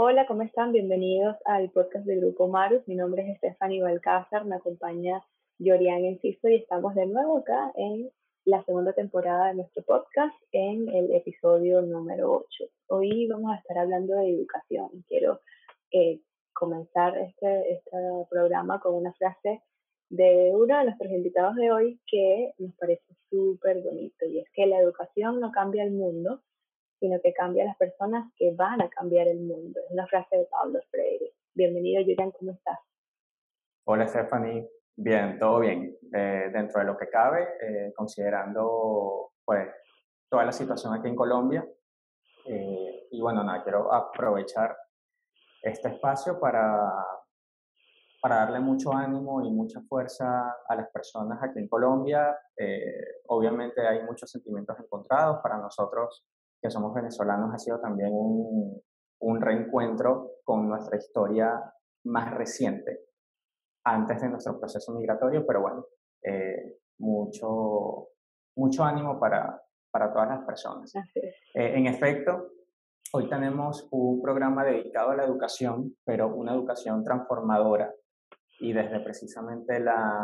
Hola, ¿cómo están? Bienvenidos al podcast del Grupo Marus. Mi nombre es Stephanie Balcázar, me acompaña Yorian Enciso y estamos de nuevo acá en la segunda temporada de nuestro podcast en el episodio número 8. Hoy vamos a estar hablando de educación. Quiero comenzar este programa con una frase de uno de nuestros invitados de hoy que nos parece súper bonito, y es que la educación no cambia el mundo, sino que cambia a las personas que van a cambiar el mundo. Es una frase de Pablo Freire. Bienvenido, Julián, ¿cómo estás? Hola Stephanie, bien, todo bien. Dentro de lo que cabe, considerando pues toda la situación aquí en Colombia. Y bueno, nada, quiero aprovechar este espacio para darle mucho ánimo y mucha fuerza a las personas aquí en Colombia. Obviamente hay muchos sentimientos encontrados. Para nosotros que somos venezolanos ha sido también un reencuentro con nuestra historia más reciente antes de nuestro proceso migratorio, pero bueno, mucho ánimo para todas las personas. Así es. En efecto, hoy tenemos un programa dedicado a la educación, pero una educación transformadora y desde precisamente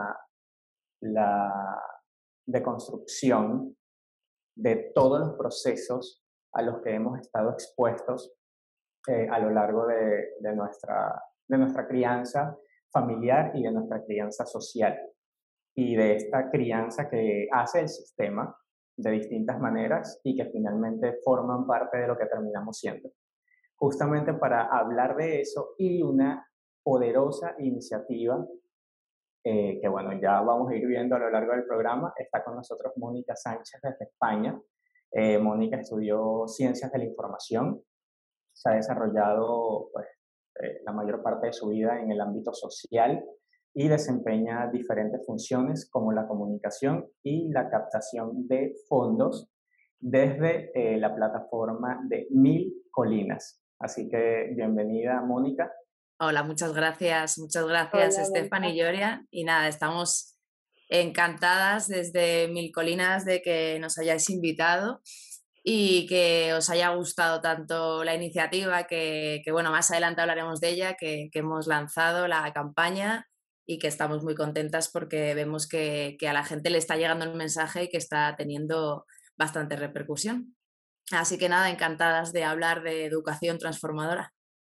la deconstrucción de todos los procesos a los que hemos estado expuestos a lo largo de nuestra crianza familiar y de nuestra crianza social, y de esta crianza que hace el sistema de distintas maneras y que finalmente forman parte de lo que terminamos siendo. Justamente para hablar de eso y una poderosa iniciativa que bueno, ya vamos a ir viendo a lo largo del programa, está con nosotros Mónica Sánchez desde España. Mónica estudió Ciencias de la Información, se ha desarrollado pues, la mayor parte de su vida en el ámbito social y desempeña diferentes funciones como la comunicación y la captación de fondos desde la plataforma de Mil Colinas. Así que bienvenida, Mónica. Hola, muchas gracias, Hola, Estefan Mónica. y Yoria. Y nada, estamos encantadas desde Mil Colinas de que nos hayáis invitado y que os haya gustado tanto la iniciativa que bueno, más adelante hablaremos de ella, que hemos lanzado la campaña y que estamos muy contentas porque vemos que a la gente le está llegando el mensaje y que está teniendo bastante repercusión. Así que nada, encantadas de hablar de educación transformadora.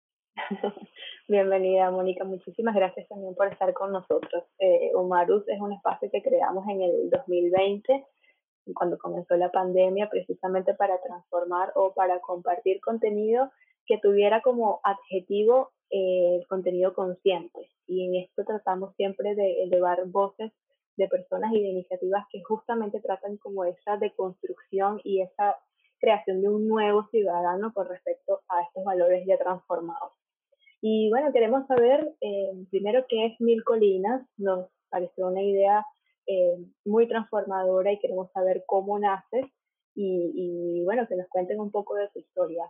Bienvenida, Mónica. Muchísimas gracias también por estar con nosotros. Humarus es un espacio que creamos en el 2020, cuando comenzó la pandemia, precisamente para transformar o para compartir contenido que tuviera como adjetivo contenido consciente. Y en esto tratamos siempre de elevar voces de personas y de iniciativas que justamente tratan como esa deconstrucción y esa creación de un nuevo ciudadano con respecto a estos valores ya transformados. Y bueno, queremos saber primero qué es Mil Colinas. Nos pareció una idea muy transformadora y queremos saber cómo nace y bueno, que nos cuenten un poco de su historia.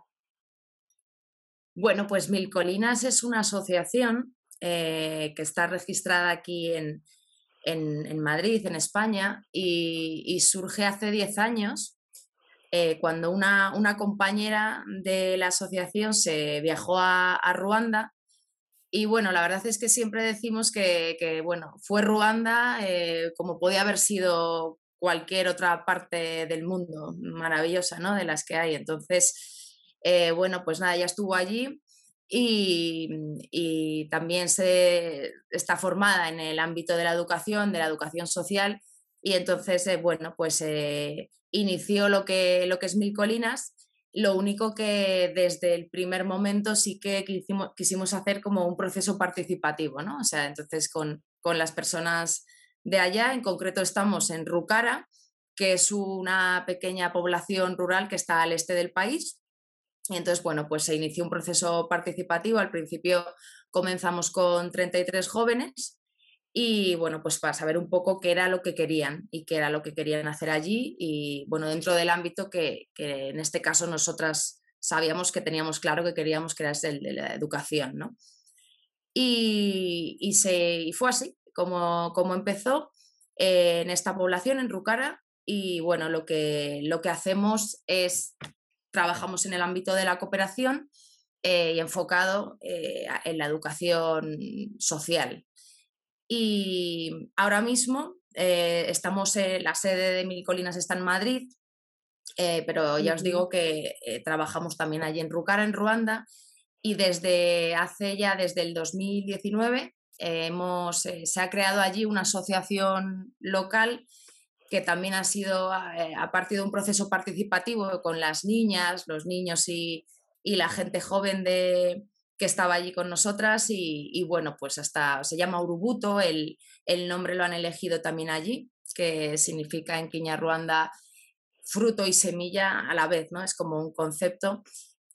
Bueno, pues Mil Colinas es una asociación que está registrada aquí en Madrid, en España, y surge hace 10 años cuando una compañera de la asociación se viajó a Ruanda. Y bueno, la verdad es que siempre decimos bueno, fue Ruanda como podía haber sido cualquier otra parte del mundo maravillosa, ¿no? De las que hay. Entonces, bueno, pues nada, ella estuvo allí y también está formada en el ámbito de la educación social, y entonces, bueno, pues inició lo que es Mil Colinas. Lo único que desde el primer momento sí que quisimos hacer como un proceso participativo, ¿no? O sea, entonces con las personas de allá, en concreto estamos en Rucara, que es una pequeña población rural que está al este del país. Y entonces, bueno, pues se inició un proceso participativo. Al principio comenzamos con 33 jóvenes y bueno, pues para saber un poco qué era lo que querían y qué era lo que querían hacer allí, y bueno, dentro del ámbito que en este caso nosotras sabíamos que teníamos claro que queríamos, que era el de la educación, ¿no? Y fue así como empezó en esta población, en Rucara. Y bueno, lo que hacemos es, trabajamos en el ámbito de la cooperación y enfocado en la educación social. Y ahora mismo estamos en la sede de Mil Colinas está en Madrid, pero ya os Ujú. digo que trabajamos también allí en Rucara, en Ruanda, y desde el 2019 se ha creado allí una asociación local que también ha partido de un proceso participativo con las niñas, los niños y la gente joven que estaba allí con nosotras y bueno, pues hasta se llama Urubuto, el nombre lo han elegido también allí, que significa en Kinyarwanda fruto y semilla a la vez, ¿no? Es como un concepto.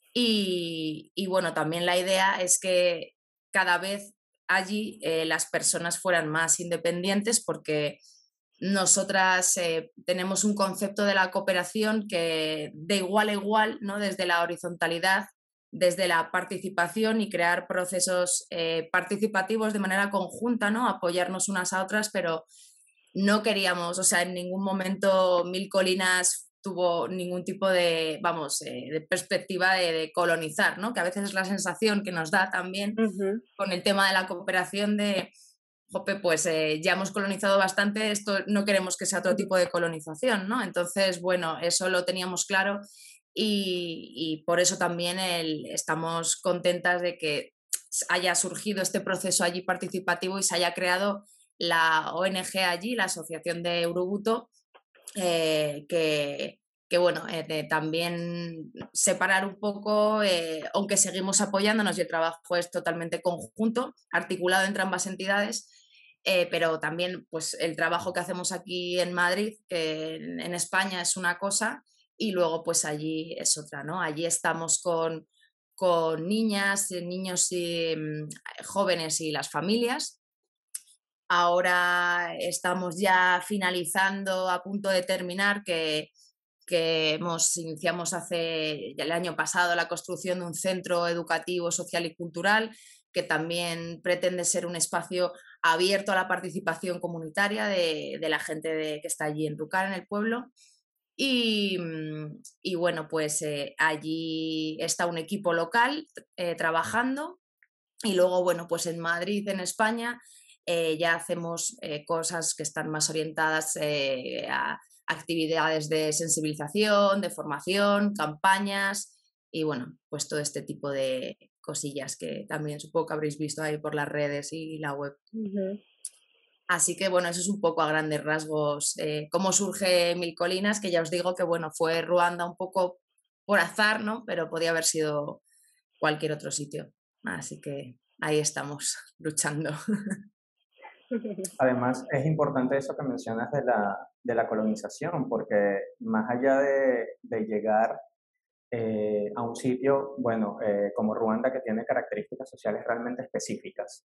Y bueno, también la idea es que cada vez allí las personas fueran más independientes porque nosotras tenemos un concepto de la cooperación que de igual a igual, ¿no? Desde la horizontalidad, desde la participación y crear procesos participativos de manera conjunta, ¿no? Apoyarnos unas a otras, pero no queríamos, o sea, en ningún momento Mil Colinas tuvo ningún tipo de, vamos, de perspectiva de colonizar, ¿no? Que a veces es la sensación que nos da también Ujú. con el tema de la cooperación de, jope, pues ya hemos colonizado bastante, esto no queremos que sea otro tipo de colonización, ¿no? Entonces, bueno, eso lo teníamos claro y por eso también estamos contentas de que haya surgido este proceso allí participativo y se haya creado la ONG allí, la Asociación de Urubuto, eh, que, que bueno, de también separar un poco, aunque seguimos apoyándonos y el trabajo es totalmente conjunto, articulado entre ambas entidades, pero también pues el trabajo que hacemos aquí en Madrid, que en España es una cosa, y luego pues allí es otra, ¿no? Allí estamos con niñas, niños y jóvenes y las familias. Ahora estamos ya finalizando, a punto de terminar, que iniciamos hace el año pasado la construcción de un centro educativo, social y cultural, que también pretende ser un espacio abierto a la participación comunitaria de la gente que está allí en Rucar, en el pueblo. Y bueno, pues allí está un equipo local trabajando y luego, bueno, pues en Madrid, en España, ya hacemos cosas que están más orientadas a actividades de sensibilización, de formación, campañas y bueno, pues todo este tipo de cosillas que también supongo que habréis visto ahí por las redes y la web. Ujú. Así que bueno, eso es un poco a grandes rasgos cómo surge Mil Colinas, que ya os digo que bueno, fue Ruanda un poco por azar, ¿no? Pero podía haber sido cualquier otro sitio. Así que ahí estamos luchando. Además, es importante eso que mencionas de la colonización, porque más allá de llegar a un sitio, bueno, como Ruanda, que tiene características sociales realmente específicas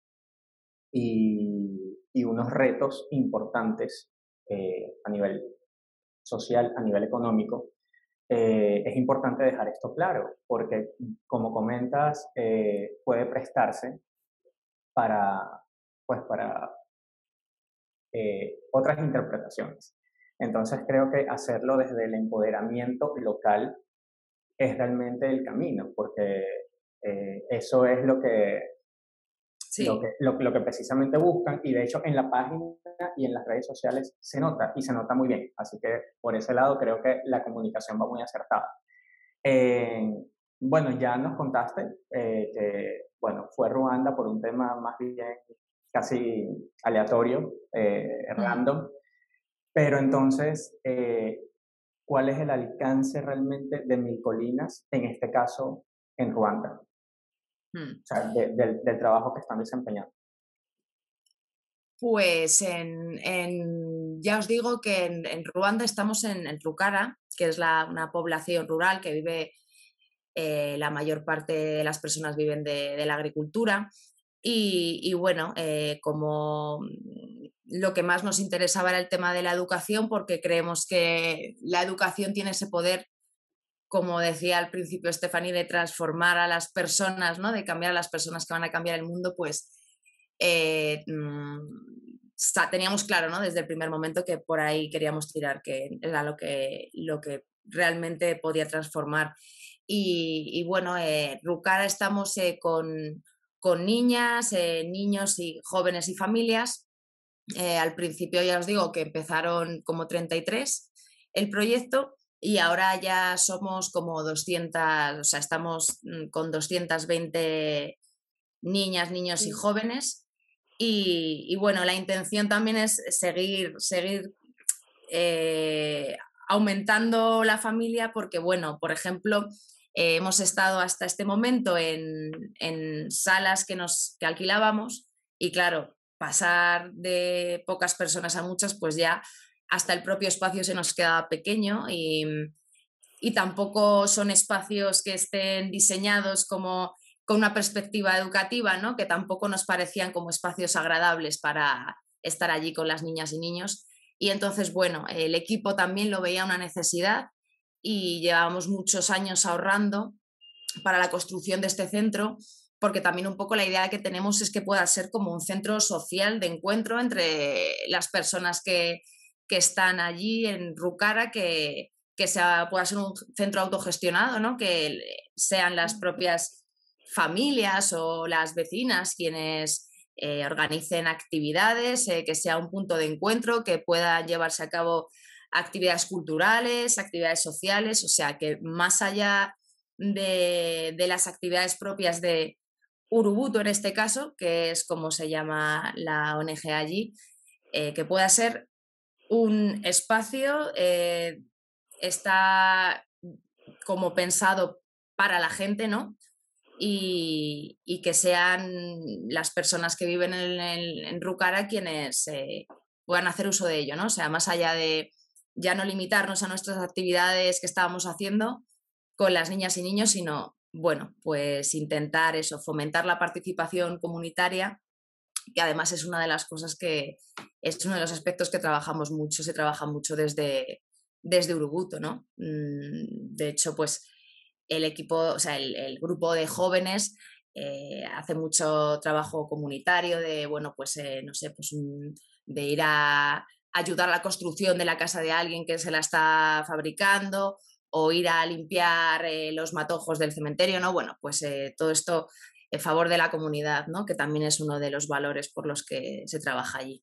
y unos retos importantes a nivel social, a nivel económico, es importante dejar esto claro, porque como comentas, puede prestarse para, pues, para otras interpretaciones. Entonces creo que hacerlo desde el empoderamiento local es realmente el camino, porque eso es Sí, lo que precisamente buscan y de hecho en la página y en las redes sociales se nota y se nota muy bien. Así que por ese lado creo que la comunicación va muy acertada. Eh, bueno, ya nos contaste que bueno, fue Ruanda por un tema más bien casi aleatorio, mm, random, pero entonces, ¿cuál es el alcance realmente de Mil Colinas, en este caso en Ruanda? mm. O sea, del trabajo que están desempeñando. Pues ya os digo que en Ruanda estamos en Rucara, que es una población rural que vive, la mayor parte de las personas viven de la agricultura. Y bueno, como lo que más nos interesaba era el tema de la educación, porque creemos que la educación tiene ese poder, como decía al principio Stephanie, de transformar a las personas, ¿no? De cambiar a las personas que van a cambiar el mundo, pues eh, mm, teníamos claro, ¿no? Desde el primer momento que por ahí queríamos tirar, que era lo que realmente podía transformar. y bueno, Rucara estamos con niñas, niños y jóvenes y familias. Al principio ya os digo que empezaron como 33 el proyecto y ahora ya somos como 200, o sea, estamos con 220 niñas, niños y Sí. jóvenes. Y bueno, la intención también es seguir eh, aumentando la familia porque, bueno, por ejemplo, hemos estado hasta este momento en salas que alquilábamos y claro, pasar de pocas personas a muchas, pues ya hasta el propio espacio se nos queda pequeño y tampoco son espacios que estén diseñados como con una perspectiva educativa, ¿no? Que tampoco nos parecían como espacios agradables para estar allí con las niñas y niños. Y entonces, bueno, el equipo también lo veía una necesidad y llevábamos muchos años ahorrando para la construcción de este centro, porque también un poco la idea que tenemos es que pueda ser como un centro social de encuentro entre las personas que están allí en Rucara, que pueda ser un centro autogestionado, ¿no? Que sean las propias familias o las vecinas quienes organicen actividades, que sea un punto de encuentro, que puedan llevarse a cabo actividades culturales, actividades sociales, o sea, que más allá de las actividades propias de Urubuto en este caso, que es como se llama la ONG allí, que pueda ser un espacio, está como pensado para la gente, ¿no? Y que sean las personas que viven en Rucara quienes puedan hacer uso de ello, ¿no? O sea, más allá de ya no limitarnos a nuestras actividades que estábamos haciendo con las niñas y niños, sino, bueno, pues intentar eso, fomentar la participación comunitaria, que además es una de las cosas que es uno de los aspectos que trabajamos mucho, se trabaja mucho desde Urubuto, ¿no? De hecho, pues el equipo, o sea, el grupo de jóvenes hace mucho trabajo comunitario de, bueno, pues no sé, pues de ir a ayudar a la construcción de la casa de alguien que se la está fabricando o ir a limpiar los matojos del cementerio, ¿no? Bueno, pues todo esto en favor de la comunidad, ¿no? Que también es uno de los valores por los que se trabaja allí.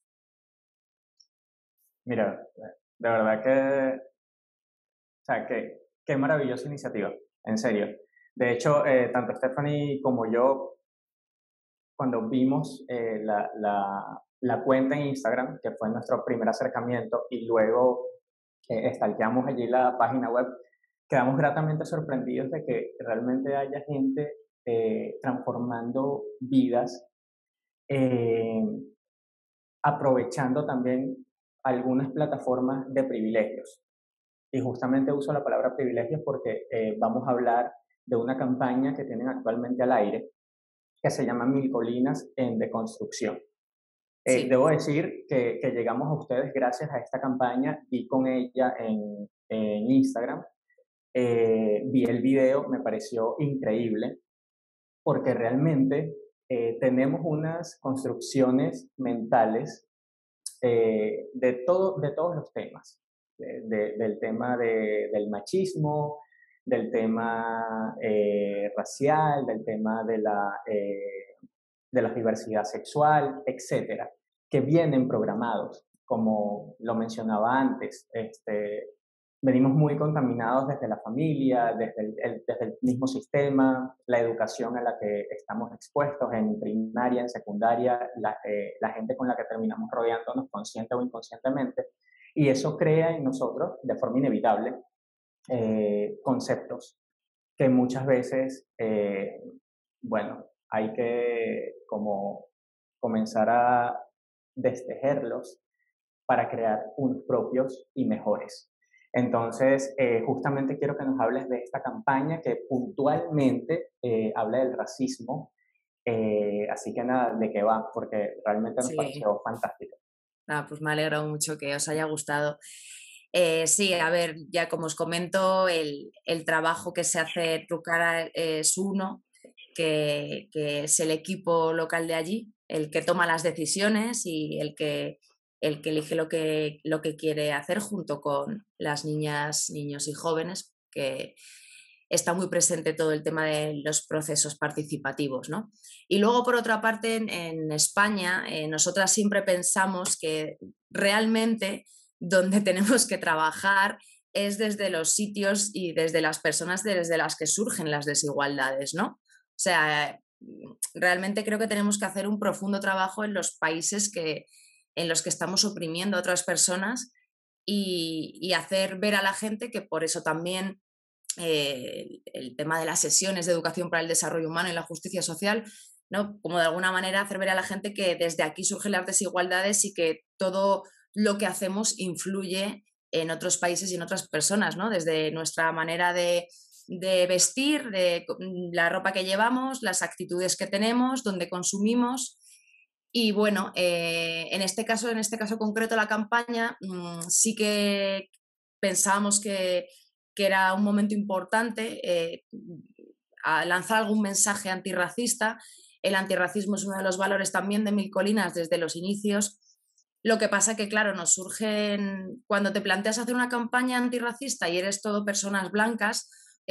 Mira, de verdad que, o sea, qué maravillosa iniciativa, en serio. De hecho, tanto Stephanie como yo, cuando vimos la cuenta en Instagram, que fue nuestro primer acercamiento, y luego stalkeamos allí la página web, quedamos gratamente sorprendidos de que realmente haya gente transformando vidas, eh, aprovechando también algunas plataformas de privilegios. Y justamente uso la palabra privilegios porque vamos a hablar de una campaña que tienen actualmente al aire, que se llama Mil Colinas en Deconstrucción. Sí. Debo decir que llegamos a ustedes gracias a esta campaña y con ella en Instagram. Vi el video, me pareció increíble, porque realmente tenemos unas construcciones mentales de todos los temas, del tema del machismo, del tema racial, del tema de la diversidad sexual, etcétera, que vienen programados, como lo mencionaba antes. Venimos muy contaminados desde la familia, desde el mismo sistema, la educación a la que estamos expuestos en primaria, en secundaria, la gente con la que terminamos rodeándonos consciente o inconscientemente, y eso crea en nosotros, de forma inevitable, conceptos que muchas veces, bueno, hay que como comenzar a destejerlos para crear unos propios y mejores. Entonces, justamente quiero que nos hables de esta campaña que puntualmente habla del racismo. Así que nada, ¿de qué va? Porque realmente nos Sí, pareció fantástico. pues me alegro mucho que os haya gustado. Sí, a ver, ya como os comento, el trabajo que se hace en Trucara es uno, que es el equipo local de allí, el que toma las decisiones y el que elige lo que quiere hacer junto con las niñas, niños y jóvenes, está muy presente todo el tema de los procesos participativos, ¿no? Y luego, por otra parte, en España, nosotras siempre pensamos que realmente donde tenemos que trabajar es desde los sitios y desde las personas desde las que surgen las desigualdades, ¿no? O sea, realmente creo que tenemos que hacer un profundo trabajo en los países en los que estamos oprimiendo a otras personas y hacer ver a la gente que por eso también el tema de las sesiones de educación para el desarrollo humano y la justicia social, ¿no? Como de alguna manera hacer ver a la gente que desde aquí surgen las desigualdades y que todo lo que hacemos influye en otros países y en otras personas, ¿no? Desde nuestra manera de vestir, de la ropa que llevamos, las actitudes que tenemos, donde consumimos. Y bueno, en este caso concreto, la campaña, sí que pensábamos que era un momento importante a lanzar algún mensaje antirracista. El antirracismo es uno de los valores también de Mil Colinas desde los inicios. Lo que pasa que, claro, nos surgen, cuando te planteas hacer una campaña antirracista y eres todo personas blancas,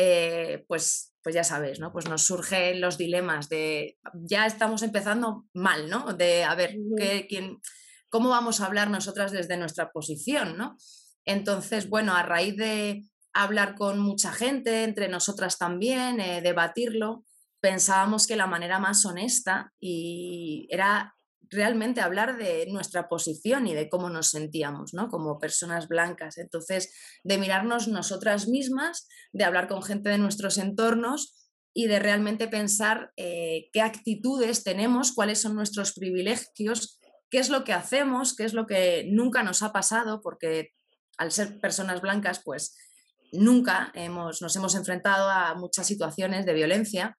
pues ya sabes, ¿no? Pues nos surgen los dilemas de, ya estamos empezando mal, ¿no? De, a ver, ¿cómo vamos a hablar nosotras desde nuestra posición, ¿no? Entonces, bueno, a raíz de hablar con mucha gente, entre nosotras también, debatirlo, pensábamos que la manera más honesta era realmente hablar de nuestra posición y de cómo nos sentíamos, ¿no? Como personas blancas. Entonces, de mirarnos nosotras mismas, de hablar con gente de nuestros entornos y de realmente pensar qué actitudes tenemos, cuáles son nuestros privilegios, qué es lo que hacemos, qué es lo que nunca nos ha pasado, porque al ser personas blancas, pues nunca nos hemos enfrentado a muchas situaciones de violencia.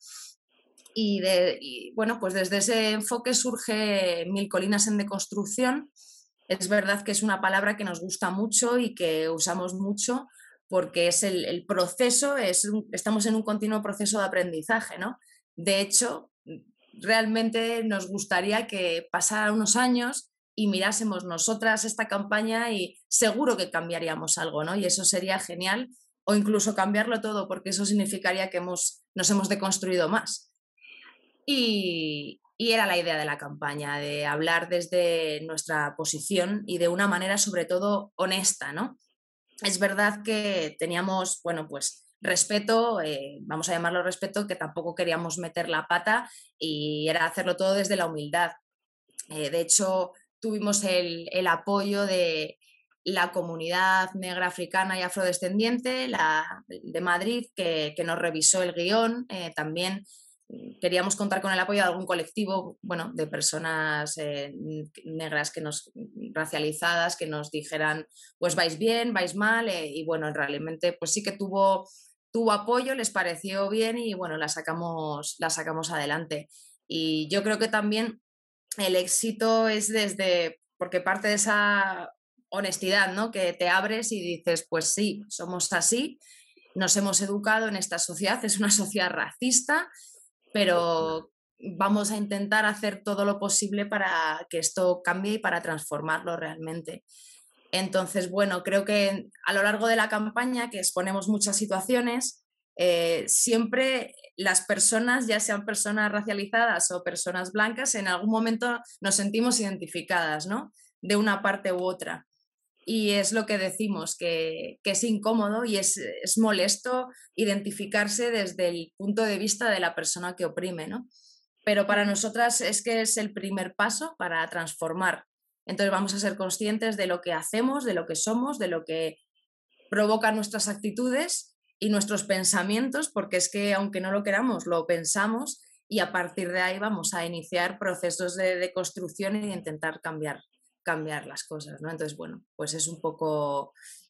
Y bueno, pues desde ese enfoque surge Mil Colinas en Deconstrucción. Es verdad que es una palabra que nos gusta mucho y que usamos mucho porque es el proceso, estamos en un continuo proceso de aprendizaje, ¿no? De hecho, realmente nos gustaría que pasaran unos años y mirásemos nosotras esta campaña y seguro que cambiaríamos algo, ¿no? Y eso sería genial, o incluso cambiarlo todo, porque eso significaría que nos hemos deconstruido más. Y era la idea de la campaña, de hablar desde nuestra posición y de una manera sobre todo honesta, ¿no? Es verdad que teníamos, bueno, pues respeto, vamos a llamarlo respeto, que tampoco queríamos meter la pata y era hacerlo todo desde la humildad. De hecho, tuvimos el apoyo de la comunidad negra africana y afrodescendiente de Madrid, que nos revisó el guión. También queríamos contar con el apoyo de algún colectivo, bueno, de personas negras racializadas que nos dijeran, pues vais bien, vais mal, y bueno, realmente pues sí que tuvo apoyo, les pareció bien y bueno, la sacamos adelante. Y yo creo que también el éxito es porque parte de esa honestidad, ¿no? Que te abres y dices, pues sí, somos así, nos hemos educado en esta sociedad, es una sociedad racista, pero vamos a intentar hacer todo lo posible para que esto cambie y para transformarlo realmente. Entonces, bueno, creo que a lo largo de la campaña, que exponemos muchas situaciones, siempre las personas, ya sean personas racializadas o personas blancas, en algún momento nos sentimos identificadas, ¿no? De una parte u otra. Y es lo que decimos, que es incómodo y es molesto identificarse desde el punto de vista de la persona que oprime, ¿no? Pero para nosotras es que es el primer paso para transformar. Entonces vamos a ser conscientes de lo que hacemos, de lo que somos, de lo que provocan nuestras actitudes y nuestros pensamientos, porque es que aunque no lo queramos, lo pensamos y a partir de ahí vamos a iniciar procesos de construcción y de intentar cambiar las cosas, ¿no? Entonces, bueno, pues es un poco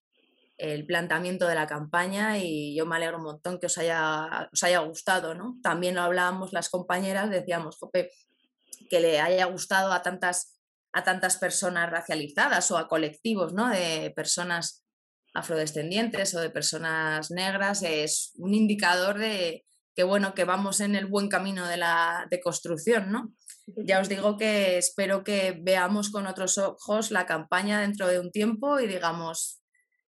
el planteamiento de la campaña y yo me alegro un montón que os haya gustado, ¿no? También lo hablábamos las compañeras, decíamos, jope, que le haya gustado a tantas personas racializadas o a colectivos, ¿no? De personas afrodescendientes o de personas negras, es un indicador de que, bueno, que vamos en el buen camino de la deconstrucción, ¿no? Ya os digo que espero que veamos con otros ojos la campaña dentro de un tiempo y digamos,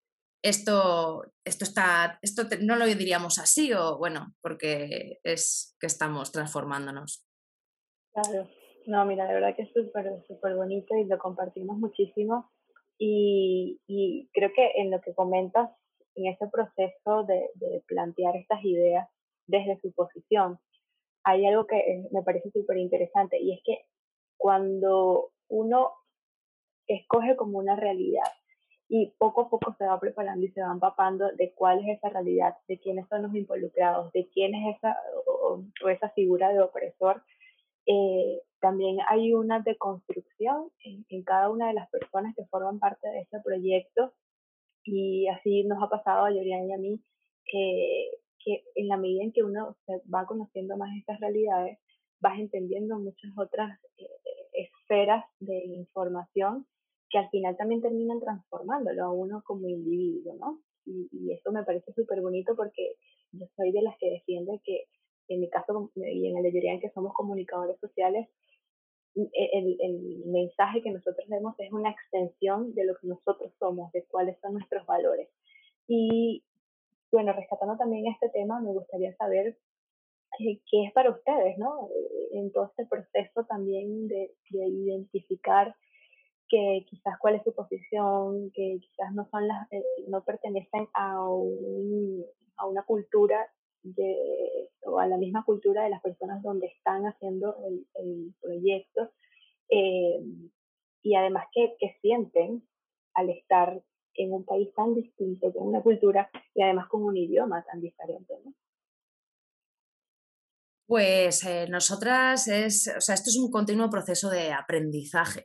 esto no lo diríamos así, o bueno, porque es que estamos transformándonos. Claro. No, mira, de verdad que es súper, súper bonito y lo compartimos muchísimo. Y creo que en lo que comentas, en ese proceso de plantear estas ideas desde su posición, hay algo que me parece súper interesante y es que cuando uno escoge como una realidad y poco a poco se va preparando y se va empapando de cuál es esa realidad, de quiénes son los involucrados, de quién es esa o esa figura de opresor, también hay una deconstrucción en cada una de las personas que forman parte de este proyecto y así nos ha pasado a Yorian y a mí, que en la medida en que uno se va conociendo más estas realidades, vas entendiendo muchas otras esferas de información que al final también terminan transformándolo a uno como individuo, ¿no? Y eso me parece súper bonito porque yo soy de las que defiende que, en mi caso y en el de Yorian, que somos comunicadores sociales, el mensaje que nosotros demos es una extensión de lo que nosotros somos, de cuáles son nuestros valores. Y bueno, rescatando también este tema, me gustaría saber qué es para ustedes, ¿no? En todo este proceso también de identificar que quizás cuál es su posición, que quizás no son no pertenecen a una cultura o a la misma cultura de las personas donde están haciendo el proyecto, eh, y además que sienten al estar en un país tan distinto, con una cultura y además con un idioma tan diferente, ¿no? Pues nosotras o sea, esto es un continuo proceso de aprendizaje.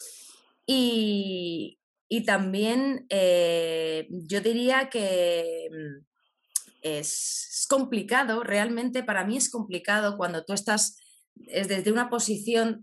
Y también yo diría que es complicado, realmente para mí es complicado cuando tú estás desde una posición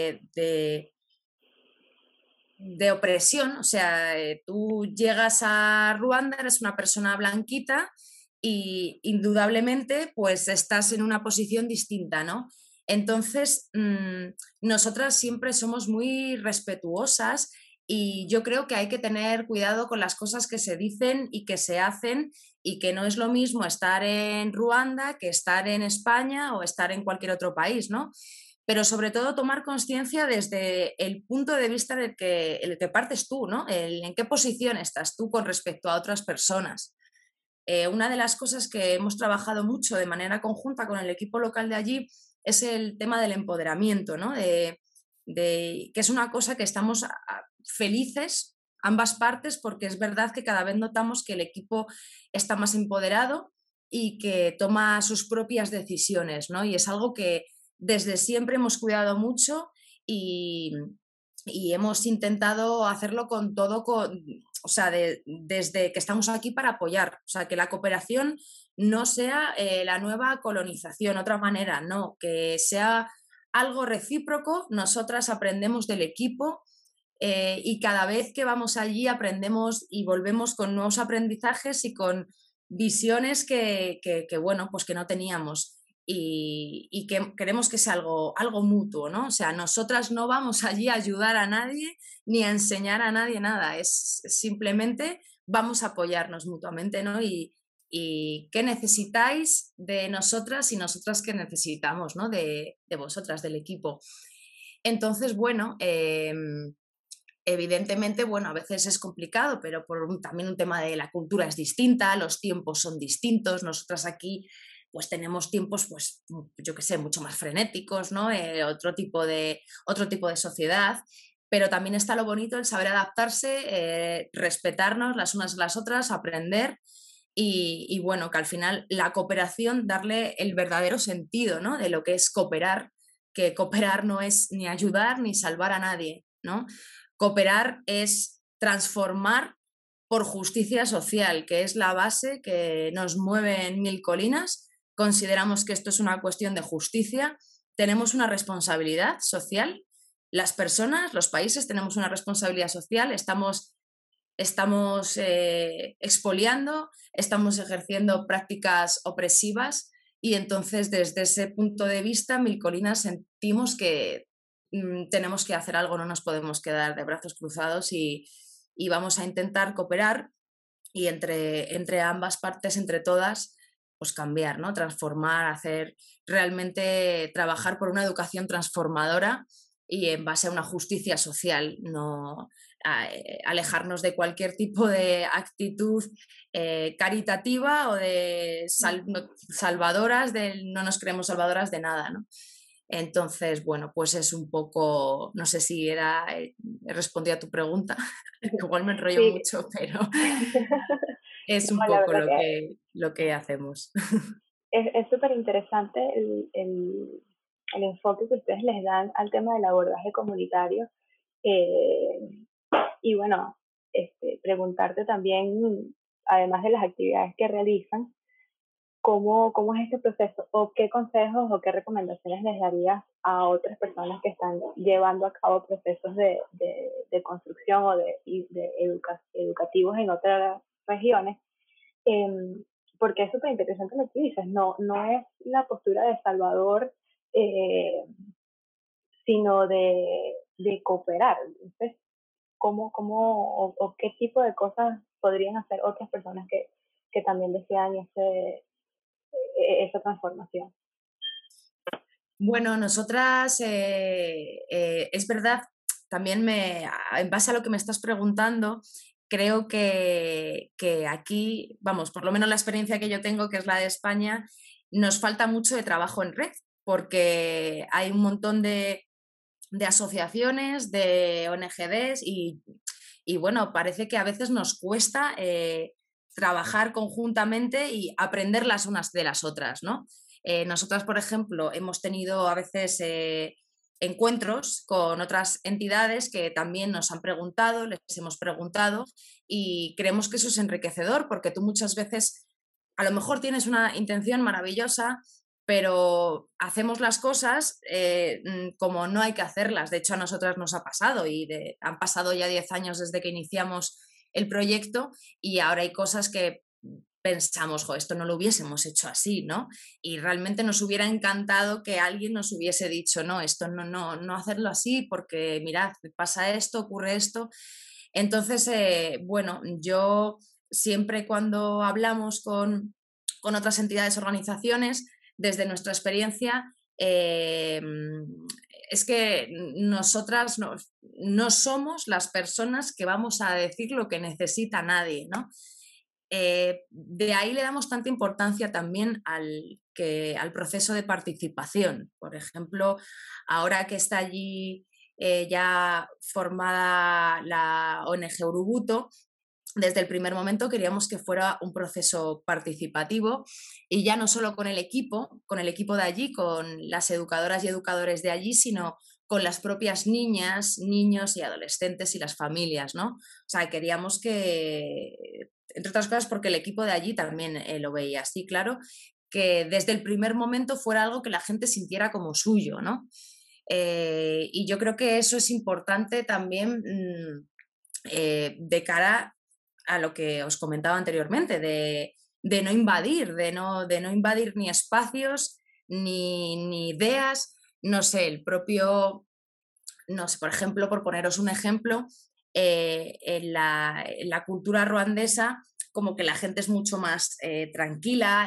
de opresión, o sea, tú llegas a Ruanda, eres una persona blanquita y indudablemente pues estás en una posición distinta, ¿no? Entonces, nosotras siempre somos muy respetuosas y yo creo que hay que tener cuidado con las cosas que se dicen y que se hacen y que no es lo mismo estar en Ruanda que estar en España o estar en cualquier otro país, ¿no? Pero sobre todo tomar conciencia desde el punto de vista el que partes tú, ¿no? En qué posición estás tú con respecto a otras personas. Una de las cosas que hemos trabajado mucho de manera conjunta con el equipo local de allí es el tema del empoderamiento, ¿no? Que es una cosa que estamos felices ambas partes porque es verdad que cada vez notamos que el equipo está más empoderado y que toma sus propias decisiones, ¿no? Y es algo que desde siempre hemos cuidado mucho y, y hemos intentado hacerlo con todo, o sea, desde que estamos aquí para apoyar, o sea, que la cooperación no sea la nueva colonización, otra manera, no, que sea algo recíproco, nosotras aprendemos del equipo y cada vez que vamos allí aprendemos y volvemos con nuevos aprendizajes y con visiones bueno, pues que no teníamos y que queremos que sea algo mutuo, ¿no? O sea, nosotras no vamos allí a ayudar a nadie ni a enseñar a nadie nada, es simplemente vamos a apoyarnos mutuamente, ¿no? Y qué necesitáis de nosotras y nosotras qué necesitamos, ¿no? De vosotras, del equipo. Entonces, bueno, evidentemente, bueno, a veces es complicado, pero también un tema de la cultura es distinta, los tiempos son distintos. Nosotras aquí pues tenemos tiempos, pues, yo qué sé, mucho más frenéticos, ¿no? Otro tipo de sociedad, pero también está lo bonito el saber adaptarse, respetarnos las unas a las otras, aprender y bueno, que al final la cooperación, darle el verdadero sentido, ¿no? De lo que es cooperar, que cooperar no es ni ayudar ni salvar a nadie, ¿no? Cooperar es transformar por justicia social, que es la base que nos mueve en Mil Colinas. Consideramos que esto es una cuestión de justicia. Tenemos una responsabilidad social. Las personas, los países, tenemos una responsabilidad social. Estamos expoliando, estamos ejerciendo prácticas opresivas y entonces desde ese punto de vista, Mil Colinas sentimos que tenemos que hacer algo, no nos podemos quedar de brazos cruzados y vamos a intentar cooperar y entre ambas partes, entre todas, pues cambiar, ¿no? Transformar, hacer realmente trabajar por una educación transformadora y en base a una justicia social, no alejarnos de cualquier tipo de actitud caritativa o de salvadoras, no nos creemos salvadoras de nada, ¿no? Entonces, bueno, pues es un poco, no sé si he respondido a tu pregunta, igual me enrollo Sí, mucho, pero es un no, la poco verdad que lo que hacemos. es súper interesante el enfoque que ustedes les dan al tema del abordaje comunitario. Eh, y bueno, preguntarte también, además de las actividades que realizan, ¿cómo es este proceso? ¿O qué consejos o qué recomendaciones les darías a otras personas que están llevando a cabo procesos de construcción o educativos en otras regiones? Eh, Porque es súper interesante lo que dices, no es la postura de Salvador, eh, sino de cooperar. Entonces, o qué tipo de cosas podrían hacer otras personas que también desean esa transformación? Bueno, nosotras, es verdad, también en base a lo que me estás preguntando, creo que aquí, vamos, por lo menos la experiencia que yo tengo, que es la de España, nos falta mucho de trabajo en red, porque hay un montón de asociaciones, de ONGs y bueno, parece que a veces nos cuesta trabajar conjuntamente y aprender las unas de las otras, ¿no? Nosotras, por ejemplo, hemos tenido a veces encuentros con otras entidades que también nos han preguntado, les hemos preguntado y creemos que eso es enriquecedor porque tú muchas veces a lo mejor tienes una intención maravillosa, pero hacemos las cosas como no hay que hacerlas. De hecho, a nosotras nos ha pasado y han pasado ya 10 años desde que iniciamos el proyecto y ahora hay cosas que pensamos, jo, esto no lo hubiésemos hecho así, ¿no? Y realmente nos hubiera encantado que alguien nos hubiese dicho, no, esto no hacerlo así porque mirad, pasa esto, ocurre esto. Entonces, bueno, yo siempre cuando hablamos con otras entidades, organizaciones, desde nuestra experiencia, es que nosotras no somos las personas que vamos a decir lo que necesita nadie, ¿no? De ahí le damos tanta importancia también al proceso de participación. Por ejemplo, ahora que está allí ya formada la ONG Urubuto, desde el primer momento queríamos que fuera un proceso participativo y ya no solo con el equipo de allí, con las educadoras y educadores de allí, sino con las propias niñas, niños y adolescentes y las familias, ¿no? O sea, queríamos que, entre otras cosas, porque el equipo de allí también lo veía así, claro, que desde el primer momento fuera algo que la gente sintiera como suyo, ¿no? Y yo creo que eso es importante también de cara a lo que os comentaba anteriormente, de no invadir, de no invadir ni espacios, ni ideas, no sé, el propio, no sé, por ejemplo, por poneros un ejemplo, en la cultura ruandesa, como que la gente es mucho más tranquila,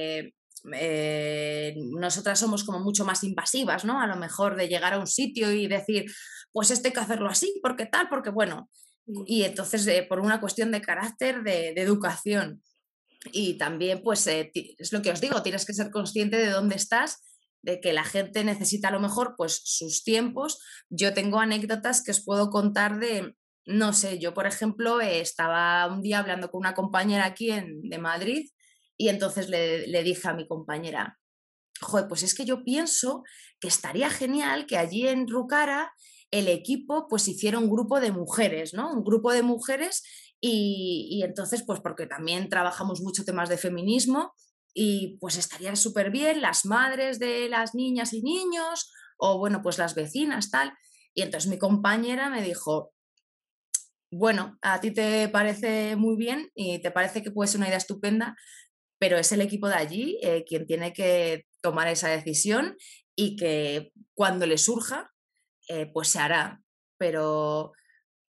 nosotras somos como mucho más invasivas, ¿no? A lo mejor de llegar a un sitio y decir, pues esto hay que hacerlo así, porque tal, porque bueno. Y entonces, por una cuestión de carácter, de educación. Y también, pues, es lo que os digo, tienes que ser consciente de dónde estás, de que la gente necesita a lo mejor, pues, sus tiempos. Yo tengo anécdotas que os puedo contar de, no sé, yo, por ejemplo, estaba un día hablando con una compañera aquí de Madrid y entonces le dije a mi compañera, joder, pues es que yo pienso que estaría genial que allí en Rucara el equipo pues hiciera un grupo de mujeres, ¿no? Un grupo de mujeres y entonces pues porque también trabajamos mucho temas de feminismo y pues estaría súper bien las madres de las niñas y niños o bueno pues las vecinas tal. Y entonces mi compañera me dijo, bueno, a ti te parece muy bien y te parece que puede ser una idea estupenda, pero es el equipo de allí quien tiene que tomar esa decisión y que cuando le surja, pues se hará. Pero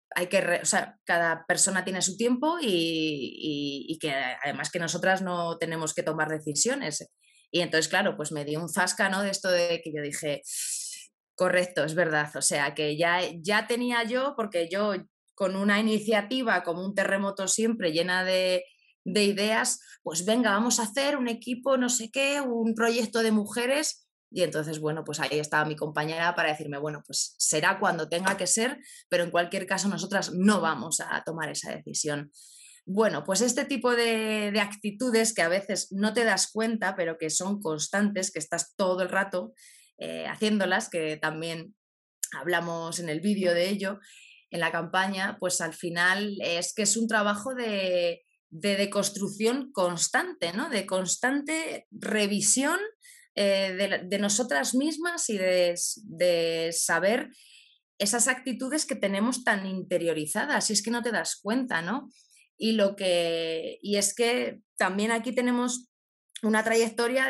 o sea, cada persona tiene su tiempo y que además que nosotras no tenemos que tomar decisiones. Y entonces, claro, pues me dio un zasca, ¿no? De esto de que yo dije, correcto, es verdad. O sea, que ya tenía yo, porque yo con una iniciativa como un terremoto siempre llena de ideas, pues venga, vamos a hacer un equipo, no sé qué, un proyecto de mujeres. Y entonces, bueno, pues ahí estaba mi compañera para decirme, bueno, pues será cuando tenga que ser, pero en cualquier caso nosotras no vamos a tomar esa decisión. Bueno, pues este tipo de actitudes que a veces no te das cuenta, pero que son constantes, que estás todo el rato haciéndolas, que también hablamos en el vídeo de ello, en la campaña, pues al final es que es un trabajo de deconstrucción constante, ¿no? De constante revisión de nosotras mismas y de saber esas actitudes que tenemos tan interiorizadas, y es que no te das cuenta, ¿no? Y es que también aquí tenemos una trayectoria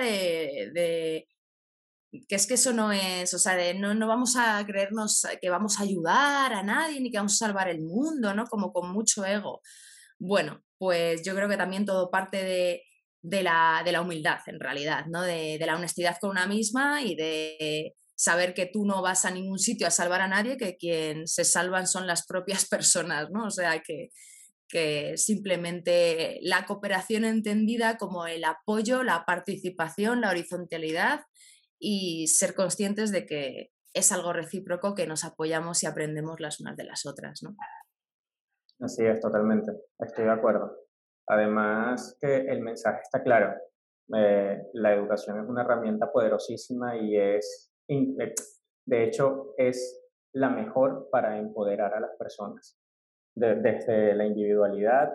que es que eso no es, o sea, no vamos a creernos que vamos a ayudar a nadie ni que vamos a salvar el mundo, ¿no? Como con mucho ego. Bueno, pues yo creo que también todo parte de la humildad, en realidad, ¿no? De la honestidad con una misma y de saber que tú no vas a ningún sitio a salvar a nadie, que quien se salvan son las propias personas, ¿no? O sea, que simplemente la cooperación entendida como el apoyo, la participación, la horizontalidad y ser conscientes de que es algo recíproco, que nos apoyamos y aprendemos las unas de las otras, ¿no? Así es, totalmente. Estoy de acuerdo. Además que el mensaje está claro. La educación es una herramienta poderosísima y de hecho, es la mejor para empoderar a las personas, desde la individualidad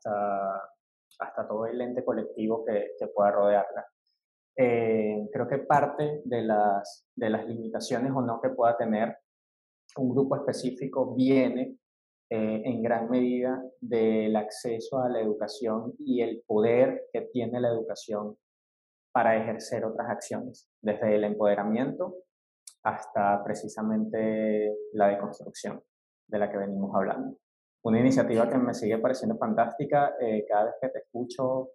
hasta todo el ente colectivo que pueda rodearla. Creo que parte de las limitaciones o no que pueda tener un grupo específico viene en gran medida del acceso a la educación y el poder que tiene la educación para ejercer otras acciones, desde el empoderamiento hasta precisamente la deconstrucción de la que venimos hablando. Una iniciativa que me sigue pareciendo fantástica cada vez que te escucho.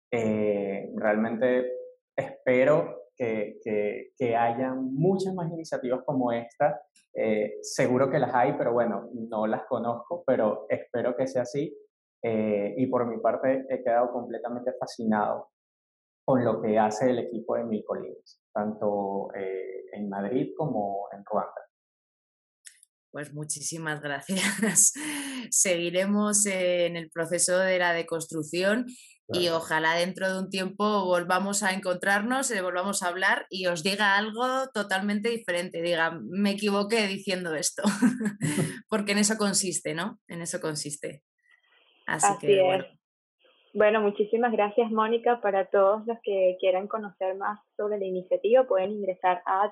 Realmente espero que haya muchas más iniciativas como esta. Seguro que las hay, pero bueno, no las conozco, pero espero que sea así. Y por mi parte he quedado completamente fascinado con lo que hace el equipo de Mil Colinas, tanto en Madrid como en Ruanda. Pues muchísimas gracias. Seguiremos en el proceso de la deconstrucción y Claro. ojalá dentro de un tiempo volvamos a encontrarnos, volvamos a hablar y os diga algo totalmente diferente. Diga, me equivoqué diciendo esto, porque en eso consiste, ¿no? En eso consiste. Así Así que es. bueno, Bueno, muchísimas gracias, Mónica. Para todos los que quieran conocer más sobre la iniciativa, pueden ingresar a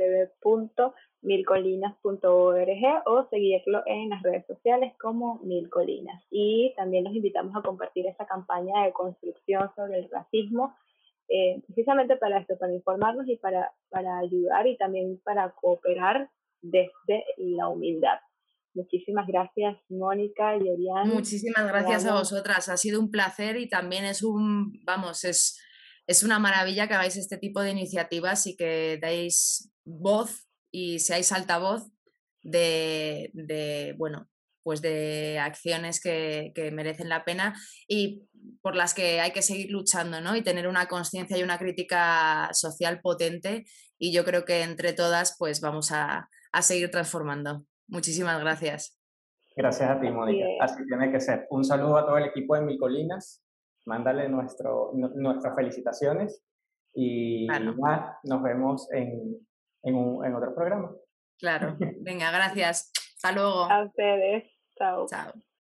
www.milcolinas.org o seguirlo en las redes sociales como Mil Colinas. Y también los invitamos a compartir esta campaña de construcción sobre el racismo, precisamente para esto, para informarnos y para ayudar y también para cooperar desde la humildad. Muchísimas gracias, Mónica y Orián. muchísimas gracias a Quedamos. vosotras. Ha sido un placer y también vamos, es una maravilla que hagáis este tipo de iniciativas y que deis voz y seáis altavoz bueno, pues de acciones que merecen la pena y por las que hay que seguir luchando, ¿no? Y tener una conciencia y una crítica social potente y yo creo que entre todas pues vamos a seguir transformando. Muchísimas gracias. Gracias a ti, Así Mónica. es. Así tiene que ser. Un saludo a todo el equipo de Mil Colinas. Mándale nuestras felicitaciones y Claro, nada, nos vemos en otro programa. claro. Venga, gracias. Hasta A luego. ustedes. Chao. Chao.